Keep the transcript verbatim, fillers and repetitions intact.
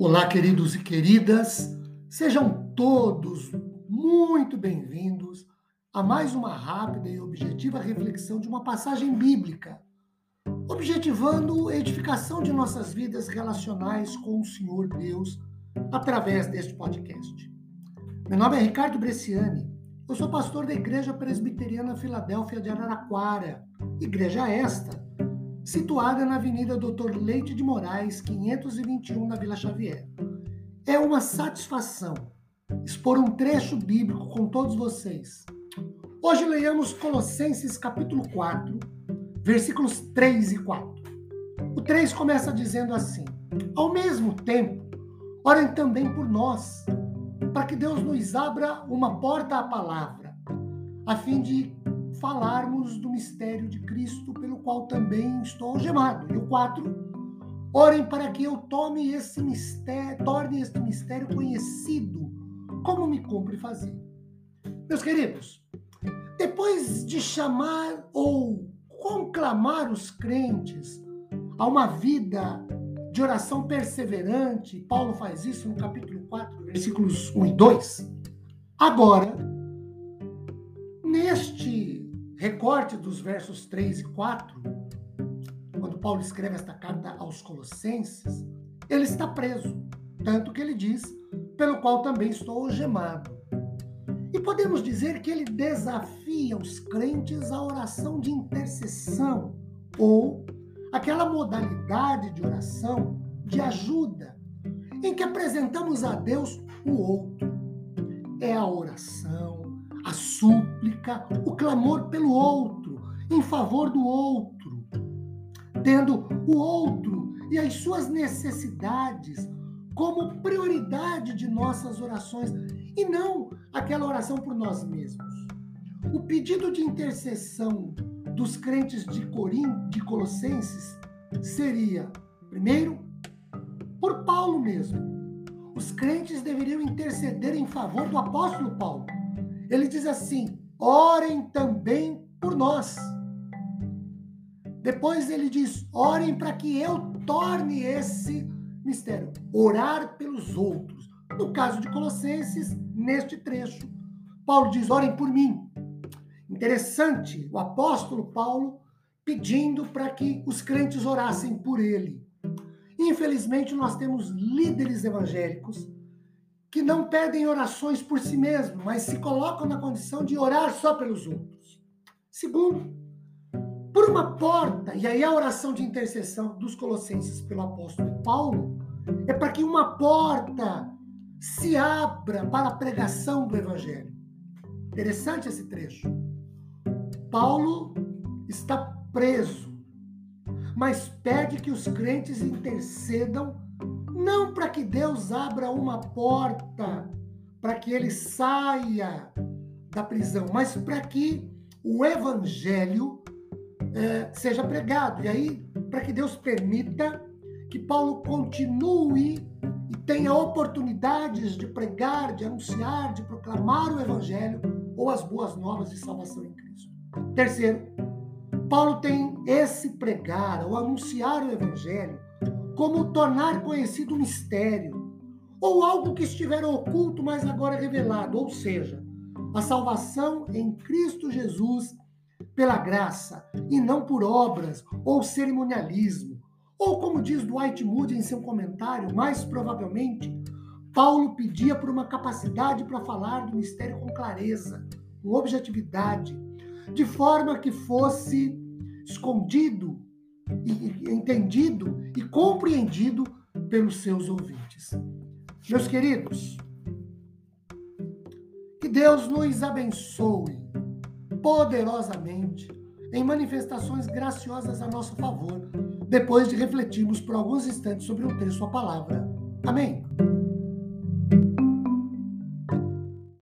Olá, queridos e queridas, sejam todos muito bem-vindos a mais uma rápida e objetiva reflexão de uma passagem bíblica, objetivando a edificação de nossas vidas relacionais com o Senhor Deus através deste podcast. Meu nome é Ricardo Bresciani, eu sou pastor da Igreja Presbiteriana Filadélfia de Araraquara, igreja esta situada na Avenida doutor Leite de Moraes, quinhentos e vinte e um, na Vila Xavier. É uma satisfação expor um trecho bíblico com todos vocês. Hoje leiamos Colossenses capítulo quatro, versículos três e quatro. O três começa dizendo assim: ao mesmo tempo, orem também por nós, para que Deus nos abra uma porta à palavra, a fim de falarmos do mistério de Cristo, pelo qual também estou algemado. E o quatro, orem para que eu tome esse mistério, torne este mistério conhecido, como me cumpre fazer. Meus queridos, depois de chamar ou conclamar os crentes a uma vida de oração perseverante, Paulo faz isso no capítulo quatro, versículos um e dois, agora, neste recorte dos versos três e quatro, quando Paulo escreve esta carta aos Colossenses, ele está preso, tanto que ele diz, pelo qual também estou algemado. E podemos dizer que ele desafia os crentes à oração de intercessão, ou aquela modalidade de oração de ajuda, em que apresentamos a Deus o outro. É a oração, a súplica, o clamor pelo outro, em favor do outro, tendo o outro e as suas necessidades como prioridade de nossas orações, e não aquela oração por nós mesmos. O pedido de intercessão dos crentes de Corinto, de Colossenses, seria, primeiro, por Paulo mesmo. Os crentes deveriam interceder em favor do apóstolo Paulo. Ele diz assim: orem também por nós. Depois ele diz: orem para que eu torne esse mistério. Orar pelos outros. No caso de Colossenses, neste trecho, Paulo diz: orem por mim. Interessante, o apóstolo Paulo pedindo para que os crentes orassem por ele. Infelizmente, nós temos líderes evangélicos que não pedem orações por si mesmos, mas se colocam na condição de orar só pelos outros. Segundo, por uma porta, e aí a oração de intercessão dos Colossenses pelo apóstolo Paulo, é para que uma porta se abra para a pregação do evangelho. Interessante esse trecho. Paulo está preso, mas pede que os crentes intercedam, não para que Deus abra uma porta para que ele saia da prisão, mas para que o evangelho é, seja pregado. E aí, para que Deus permita que Paulo continue e tenha oportunidades de pregar, de anunciar, de proclamar o evangelho ou as boas novas de salvação em Cristo. Terceiro, Paulo tem esse pregar ou anunciar o evangelho como tornar conhecido o mistério, ou algo que estiver oculto, mas agora revelado, ou seja, a salvação em Cristo Jesus pela graça, e não por obras ou cerimonialismo, ou como diz Dwight Moody em seu comentário, mais provavelmente, Paulo pedia por uma capacidade para falar do mistério com clareza, com objetividade, de forma que fosse escondido, e entendido e compreendido pelos seus ouvintes. Meus queridos, que Deus nos abençoe poderosamente em manifestações graciosas a nosso favor, depois de refletirmos por alguns instantes sobre o texto da palavra. Amém?